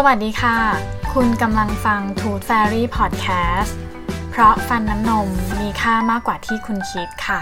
วัสดีค่ะคุณกำลังฟัง Tooth Fairy Podcast เพราะฟันน้ำนมมีค่ามากกว่าที่คุณคิดค่ะ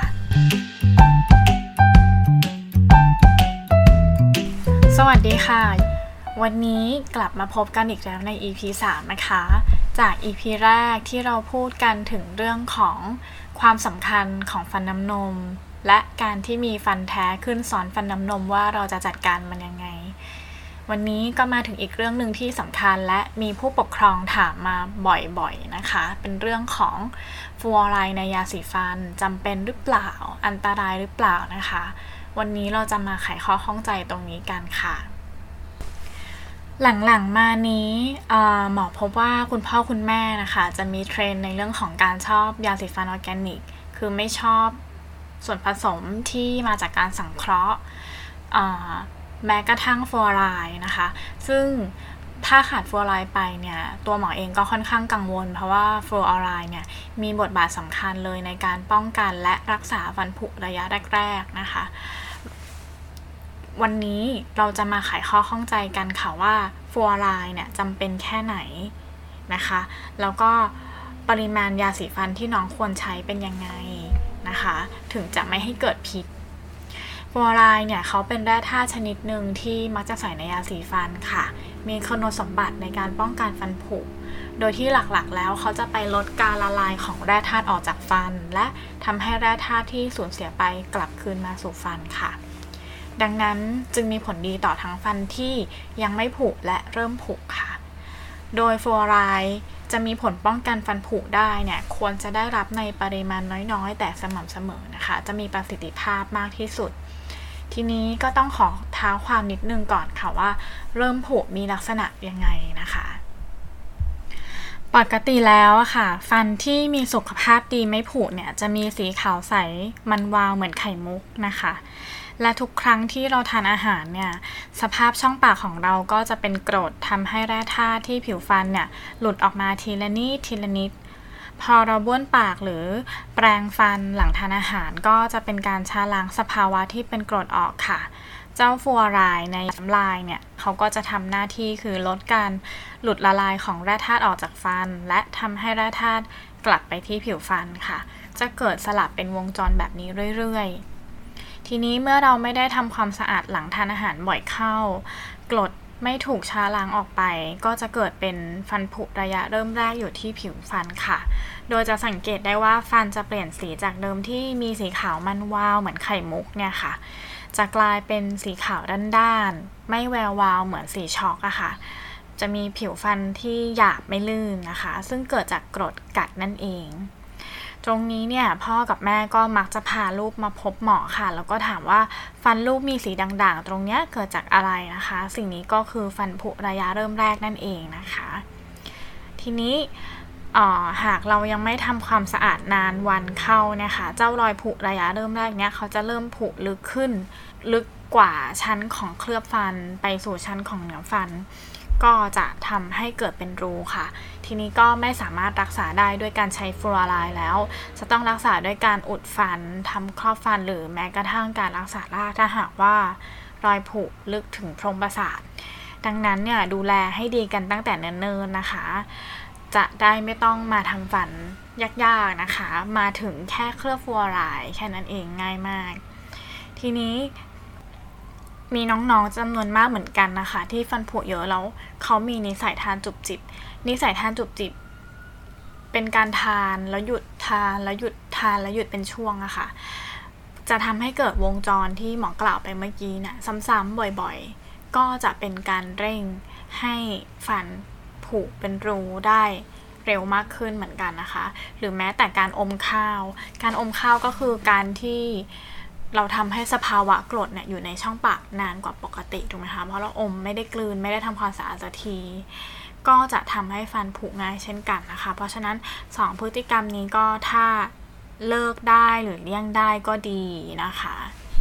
สวัสดีค่ะวันนี้กลับมาพบกันอีกแล้วใน EP 3 นะคะจาก EP แรกที่เราพูดกันถึงเรื่องของความสำคัญของฟันน้ำนมและการที่มีฟันแท้ขึ้นซ้อนฟันน้ำนมว่าเราจะจัดการมันยังไงวันนี้ก็มาถึงอีกเรื่องนึงที่สำคัญและมีผู้ปกครองถามมาบ่อยๆนะคะเป็นเรื่องของฟลูออไรด์ในยาสีฟันจำเป็นหรือเปล่าอันตรายหรือเปล่านะคะวันนี้เราจะมาไขข้อข้องใจตรงนี้กันค่ะหลังๆมานี้หมอพบว่าคุณพ่อคุณแม่นะคะจะมีเทรนด์ในเรื่องของการชอบยาสีฟันออร์แกนิกคือไม่ชอบส่วนผสมที่มาจากการสังเคราะห์แม้กระทั่งฟลูออไรด์นะคะซึ่งถ้าขาดฟลูออไรด์ไปเนี่ยตัวหมอเองก็ค่อนข้างกังวลเพราะว่าฟลูออไรด์เนี่ยมีบทบาทสำคัญเลยในการป้องกันและรักษาฟันผุระยะแรกๆนะคะวันนี้เราจะมาไขข้อข้องใจกันค่ะว่าฟลูออไรด์เนี่ยจำเป็นแค่ไหนนะคะแล้วก็ปริมาณยาสีฟันที่น้องควรใช้เป็นยังไงนะคะถึงจะไม่ให้เกิดพิษฟลูออไรด์เนี่ยเขาเป็นแร่ธาตุชนิดหนึ่งที่มักจะใส่ในยาสีฟันค่ะมีคุณสมบัติในการป้องกันฟันผุโดยที่หลักๆแล้วเขาจะไปลดการละลายของแร่ธาตุออกจากฟันและทำให้แร่ธาตุที่สูญเสียไปกลับคืนมาสู่ฟันค่ะดังนั้นจึงมีผลดีต่อทั้งฟันที่ยังไม่ผุและเริ่มผุค่ะโดยฟลูออไรด์จะมีผลป้องกันฟันผุได้เนี่ยควรจะได้รับในปริมาณน้อยๆแต่สม่ำเสมอนะคะจะมีประสิทธิภาพมากที่สุดทีนี้ก็ต้องขอเท้าความนิดนึงก่อนค่ะว่าเริ่มผุมีลักษณะยังไงนะคะปกติแล้วค่ะฟันที่มีสุขภาพดีไม่ผุเนี่ยจะมีสีขาวใสมันวาวเหมือนไข่มุกนะคะและทุกครั้งที่เราทานอาหารเนี่ยสภาพช่องปากของเราก็จะเป็นกรดทำให้แร่ธาตุที่ผิวฟันเนี่ยหลุดออกมาทีละนิดทีละนิดพอเราบ้วนปากหรือแปรงฟันหลังทานอาหารก็จะเป็นการชะล้างสภาวะที่เป็นกรดออกค่ะเจ้าฟลูออไรด์ในน้ำลายเนี่ยเขาก็จะทำหน้าที่คือลดการหลุดละลายของแร่ธาตุออกจากฟันและทำให้แร่ธาตุกลับไปที่ผิวฟันค่ะจะเกิดสลับเป็นวงจรแบบนี้เรื่อยๆทีนี้เมื่อเราไม่ได้ทำความสะอาดหลังทานอาหารบ่อยเข้ากรดไม่ถูกชะล้างออกไปก็จะเกิดเป็นฟันผุระยะเริ่มแรกอยู่ที่ผิวฟันค่ะโดยจะสังเกตได้ว่าฟันจะเปลี่ยนสีจากเดิมที่มีสีขาวมันวาวเหมือนไข่มุกเนี่ยค่ะจะกลายเป็นสีขาวด้านๆไม่แวววาวเหมือนสีช็อกอะค่ะจะมีผิวฟันที่หยาบไม่ลื่นนะคะซึ่งเกิดจากกรดกัดนั่นเองตรงนี้เนี่ยพ่อกับแม่ก็มักจะพาลูกมาพบหมอค่ะแล้วก็ถามว่าฟันลูกมีสีด่างๆตรงเนี้ยเกิดจากอะไรนะคะสิ่งนี้ก็คือฟันผุระยะเริ่มแรกนั่นเองนะคะทีนี้หากเรายังไม่ทำความสะอาดนานวันเข้านะคะเจ้ารอยผุระยะเริ่มแรกเนี้ยเขาจะเริ่มผุลึกขึ้นลึกกว่าชั้นของเคลือบฟันไปสู่ชั้นของเนื้อฟันก็จะทำให้เกิดเป็นรูค่ะทีนี้ก็ไม่สามารถรักษาได้ด้วยการใช้ฟลูออไรด์แล้วจะต้องรักษาด้วยการอุดฟันทำครอบฟันหรือแม้กระทั่งการรักษารากถ้าหากว่ารอยผุลึกถึงโพรงประสาทดังนั้นเนี่ยดูแลให้ดีกันตั้งแต่เนิ่นๆนะคะจะได้ไม่ต้องมาทำฟันยากๆนะคะมาถึงแค่เคลือบฟลูออไรด์แค่นั้นเองง่ายมากทีนี้มีน้องๆจำนวนมากเหมือนกันนะคะที่ฟันผุเยอะแล้วเขามีนิสัยทานจุบจิบนิสัยทานจุบจิบเป็นการทานแล้วหยุดทานแล้วหยุดทานแล้วหยุดเป็นช่วงอะค่ะจะทำให้เกิดวงจรที่หมอกล่าวไปเมื่อกี้นะซ้ำๆบ่อยๆก็จะเป็นการเร่งให้ฟันผุเป็นรูได้เร็วมากขึ้นเหมือนกันนะคะหรือแม้แต่การอมข้าวก็คือการที่เราทำให้สภาวะกรดเนี่ยอยู่ในช่องปากนานกว่าปกติถูกไหมคะเพราะเราอมไม่ได้กลืนไม่ได้ทำความสะอาดสักทีก็จะทำให้ฟันผุง่ายเช่นกันนะคะเพราะฉะนั้น2พฤติกรรมนี้ก็ถ้าเลิกได้หรือเลี่ยงได้ก็ดีนะคะ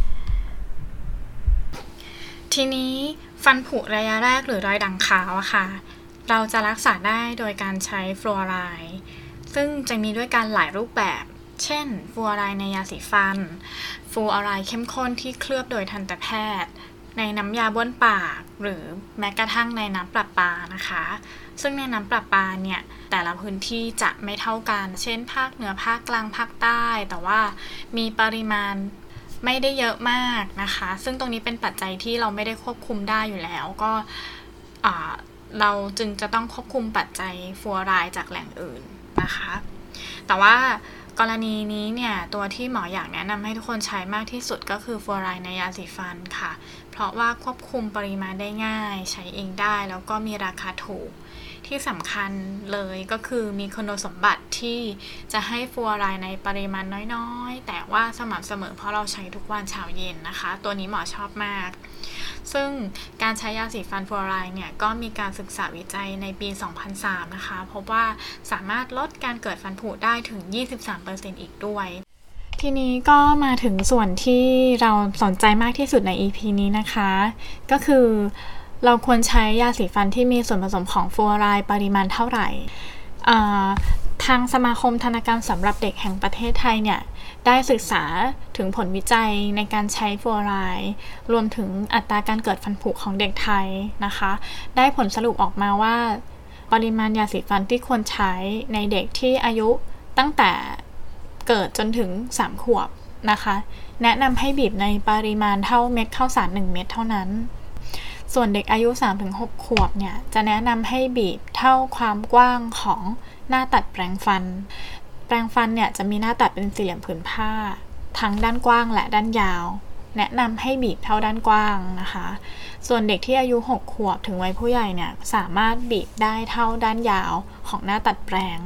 ทีนี้ฟันผุระยะแรกหรือรอยด่างขาวอะค่ะเราจะรักษาได้โดยการใช้ฟลูออไรด์ซึ่งจะมีด้วยกันหลายรูปแบบเช่นฟลูออไรด์ในยาสีฟันฟลูออไรด์เข้มข้นที่เคลือบโดยทันตแพทย์ในน้ำยาบ้วนปากหรือแม้กระทั่งในน้ำประปานะคะซึ่งในน้ำประปาเนี่ยแต่ละพื้นที่จะไม่เท่ากันเช่นภาคเหนือภาคกลางภาคใต้แต่ว่ามีปริมาณไม่ได้เยอะมากนะคะซึ่งตรงนี้เป็นปัจจัยที่เราไม่ได้ควบคุมได้อยู่แล้วก็เราจึงจะต้องควบคุมปัจจัยฟลูออไรด์จากแหล่งอื่นนะคะแต่ว่ากรณีนี้เนี่ยตัวที่หมออยากแนะนำให้ทุกคนใช้มากที่สุดก็คือฟลูออไรด์ในยาสีฟันค่ะเพราะว่าควบคุมปริมาณได้ง่ายใช้เองได้แล้วก็มีราคาถูกที่สำคัญเลยก็คือมีคุณสมบัติที่จะให้ฟลูออไรด์ในปริมาณน้อยๆแต่ว่าสม่ำเสมอเพราะเราใช้ทุกวันเช้าเย็นนะคะตัวนี้หมอชอบมากซึ่งการใช้ยาสีฟันฟลูออไรด์เนี่ยก็มีการศึกษาวิจัยในปี 2003 นะคะพบว่าสามารถลดการเกิดฟันผุได้ถึง 23% อีกด้วยทีนี้ก็มาถึงส่วนที่เราสนใจมากที่สุดใน EP นี้นะคะก็คือเราควรใช้ยาสีฟันที่มีส่วนผสมของฟลูออไรด์ปริมาณเท่าไหร่ทางสมาคมธนกรรมสำหรับเด็กแห่งประเทศไทยเนี่ยได้ศึกษาถึงผลวิจัยในการใช้ฟลูออไรด์รวมถึงอัตราการเกิดฟันผุของเด็กไทยนะคะได้ผลสรุปออกมาว่าปริมาณยาสีฟันที่ควรใช้ในเด็กที่อายุตั้งแต่เกิดจนถึง3 ขวบนะคะแนะนำให้บีบในปริมาณเท่าเม็ดข้าวสาร1 เม็ดเท่านั้นส่วนเด็กอายุ 3-6 ขวบเนี่ยจะแนะนำให้บีบเท่าความกว้างของหน้าตัดแปรงฟันเนี่ยจะมีหน้าตัดเป็นสี่เหลี่ยมผืนผ้าทั้งด้านกว้างและด้านยาวแนะนำให้บีบเท่าด้านกว้างนะคะส่วนเด็กที่อายุ6 ขวบถึงวัยผู้ใหญ่เนี่ยสามารถบีบได้เท่าด้านยาวของหน้าตัดแปรง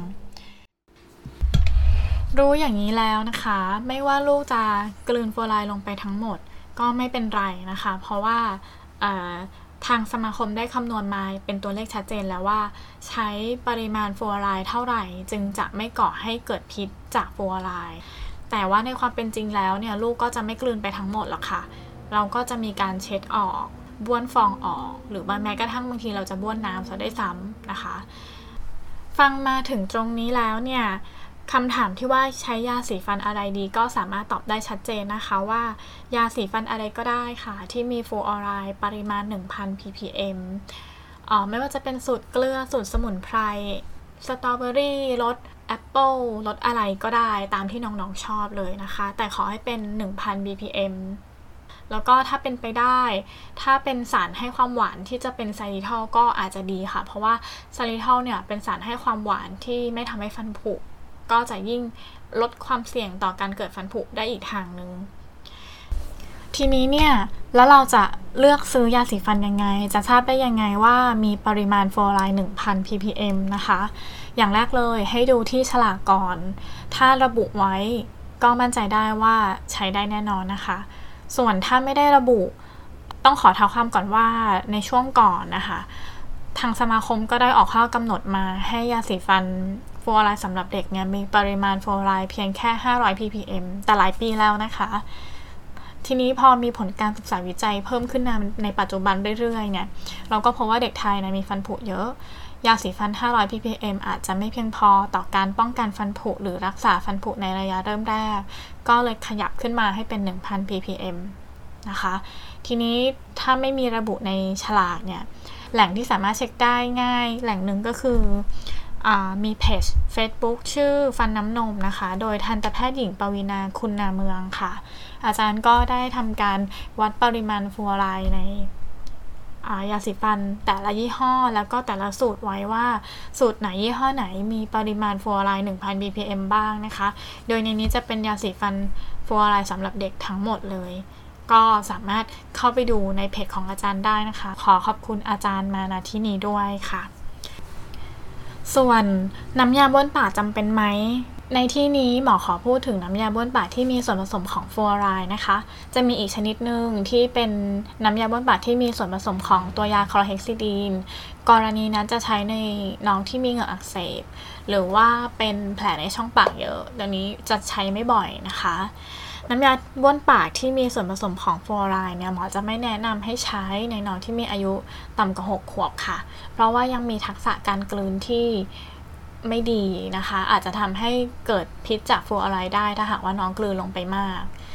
รู้อย่างนี้แล้วนะคะไม่ว่าลูกจะกลืนฟลูออไรด์ลงไปทั้งหมดก็ไม่เป็นไรนะคะเพราะว่าทางสมาคมได้คำนวณมาเป็นตัวเลขชัดเจนแล้วว่าใช้ปริมาณฟลูออไรด์เท่าไหร่จึงจะไม่ก่อให้เกิดพิษจากฟลูออไรด์แต่ว่าในความเป็นจริงแล้วเนี่ยลูกก็จะไม่กลืนไปทั้งหมดหรอกค่ะเราก็จะมีการเช็ดออกบ้วนฟองออกหรือแม้กระทั่งบางทีเราจะบ้วนน้ำซะได้ซ้ำนะคะฟังมาถึงตรงนี้แล้วเนี่ยคำถามที่ว่าใช้ยาสีฟันอะไรดีก็สามารถตอบได้ชัดเจนนะคะว่ายาสีฟันอะไรก็ได้ค่ะที่มีฟลูออไรด์ปริมาณ 1,000 ppm ไม่ว่าจะเป็นสูตรเกลือสูตรสมุนไพรสตรอเบอรี่รสแอปเปิลรสอะไรก็ได้ตามที่น้องๆชอบเลยนะคะแต่ขอให้เป็น 1,000 ppm แล้วก็ถ้าเป็นไปได้ถ้าเป็นสารให้ความหวานที่จะเป็นไซริทอลก็อาจจะดีค่ะเพราะว่าไซริทอลเนี่ยเป็นสารให้ความหวานที่ไม่ทำให้ฟันผุก็จะยิ่งลดความเสี่ยงต่อการเกิดฟันผุได้อีกทางนึงทีนี้เนี่ยแล้วเราจะเลือกซื้อยาสีฟันยังไงจะทราบได้ยังไงว่ามีปริมาณฟลูออไรด์ 1,000 ppm นะคะอย่างแรกเลยให้ดูที่ฉลากก่อนถ้าระบุไว้ก็มั่นใจได้ว่าใช้ได้แน่นอนนะคะส่วนถ้าไม่ได้ระบุต้องขอเท้าความก่อนว่าในช่วงก่อนนะคะทางสมาคมก็ได้ออกข้อกำหนดมาให้ยาสีฟันฟลูออไรด์สำหรับเด็กเนี่ยมีปริมาณฟลูออไรด์เพียงแค่500 ppm แต่หลายปีแล้วนะคะทีนี้พอมีผลการศึกษาวิจัยเพิ่มขึ้นในปัจจุบันเรื่อยๆเนี่ยเราก็พบว่าเด็กไทยมีฟันผุเยอะยาสีฟัน500 ppm อาจจะไม่เพียงพอต่อการป้องกันฟันผุหรือรักษาฟันผุในระยะเริ่มแรกก็เลยขยับขึ้นมาให้เป็น 1,000 ppm นะคะทีนี้ถ้าไม่มีระบุในฉลากเนี่ยแหล่งที่สามารถเช็คได้ง่ายแหล่งหนึ่งก็คือมีเพจ Facebook ชื่อฟันน้ำนมนะคะโดยทันตแพทย์หญิงปวีณาคุณนาเมืองค่ะอาจารย์ก็ได้ทำการวัดปริมาณฟลูออไรด์ในยาสีฟันแต่ละยี่ห้อแล้วก็แต่ละสูตรไว้ว่าสูตรไหนยี่ห้อไหนมีปริมาณฟลูออไรด์ 1,000 ppm บ้างนะคะโดยในนี้จะเป็นยาสีฟันฟลูออไรด์สำหรับเด็กทั้งหมดเลยก็สามารถเข้าไปดูในเพจของอาจารย์ได้นะคะขอขอบคุณอาจารย์มาณที่นี้ด้วยค่ะส่วนน้ำยาบ้วนปากจำเป็นไหมในที่นี้หมอขอพูดถึงน้ำยาบ้วนปากที่มีส่วนผสมของฟลูออไรด์นะคะจะมีอีกชนิดหนึ่งที่เป็นน้ำยาบ้วนปากที่มีส่วนผสมของตัวยาคลอเฮกซิดีนกรณีนั้นจะใช้ในน้องที่มีเหงือกอักเสบหรือว่าเป็นแผลในช่องปากเยอะเดี๋ยวนี้จะใช้ไม่บ่อยนะคะน้ำยาบ้วนปากที่มีส่วนผสมของฟลูออไรด์เนี่ยหมอจะไม่แนะนำให้ใช้ในน้องที่มีอายุต่ำกว่า6 ขวบค่ะเพราะว่ายังมีทักษะการกลืนที่ไม่ดีนะคะอาจจะทำให้เกิดพิษจากฟลูออไรด์ได้ถ้าหากว่าน้องกลืนลงไปมาก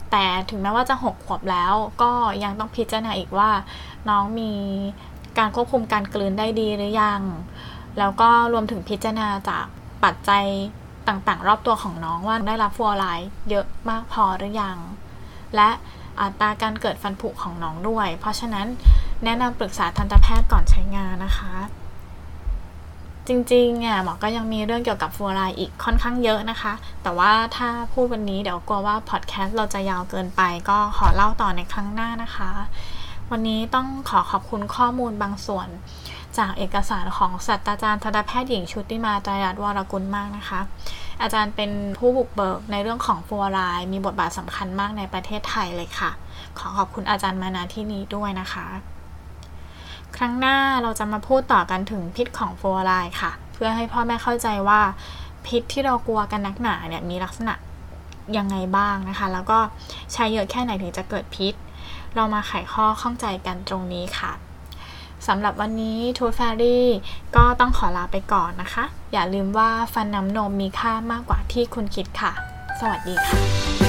แต่ถึงแม้ว่าจะ6 ขวบแล้วก็ยังต้องพิจารณาอีกว่าน้องมีการควบคุมการกลืนได้ดีหรือยังแล้วก็รวมถึงพิจารณาจากปัจจัยต่างๆรอบตัวของน้องว่าได้รับฟลูออไรด์เยอะมากพอหรือยังและอัตราการเกิดฟันผุของน้องด้วยเพราะฉะนั้นแนะนำปรึกษาทันตแพทย์ก่อนใช้งานนะคะจริงๆหมอก็ยังมีเรื่องเกี่ยวกับฟลูออไรด์อีกค่อนข้างเยอะนะคะแต่ว่าถ้าพูดวันนี้เดี๋ยวกลัวว่าพอดแคสต์เราจะยาวเกินไปก็ขอเล่าต่อในครั้งหน้านะคะวันนี้ต้องขอขอบคุณข้อมูลบางส่วนจากเอกสารของศาสตราจารย์ทันตแพทย์หญิงชุติมาไตรรัตน์วรกุลมากนะคะอาจารย์เป็นผู้บุกเบิกในเรื่องของฟลูออไรด์มีบทบาทสำคัญมากในประเทศไทยเลยค่ะขอขอบคุณอาจารย์มาณที่นี้ด้วยนะคะครั้งหน้าเราจะมาพูดต่อกันถึงพิษของฟลูออไรด์ค่ะเพื่อให้พ่อแม่เข้าใจว่าพิษที่เรากลัวกันนักหนาเนี่ยมีลักษณะยังไงบ้างนะคะแล้วก็ใช้เยอะแค่ไหนถึงจะเกิดพิษเรามาไขข้อข้องใจกันตรงนี้ค่ะสำหรับวันนี้ Tooth Fairy ก็ต้องขอลาไปก่อนนะคะอย่าลืมว่าฟันน้ำนมมีค่ามากกว่าที่คุณคิดค่ะสวัสดีค่ะ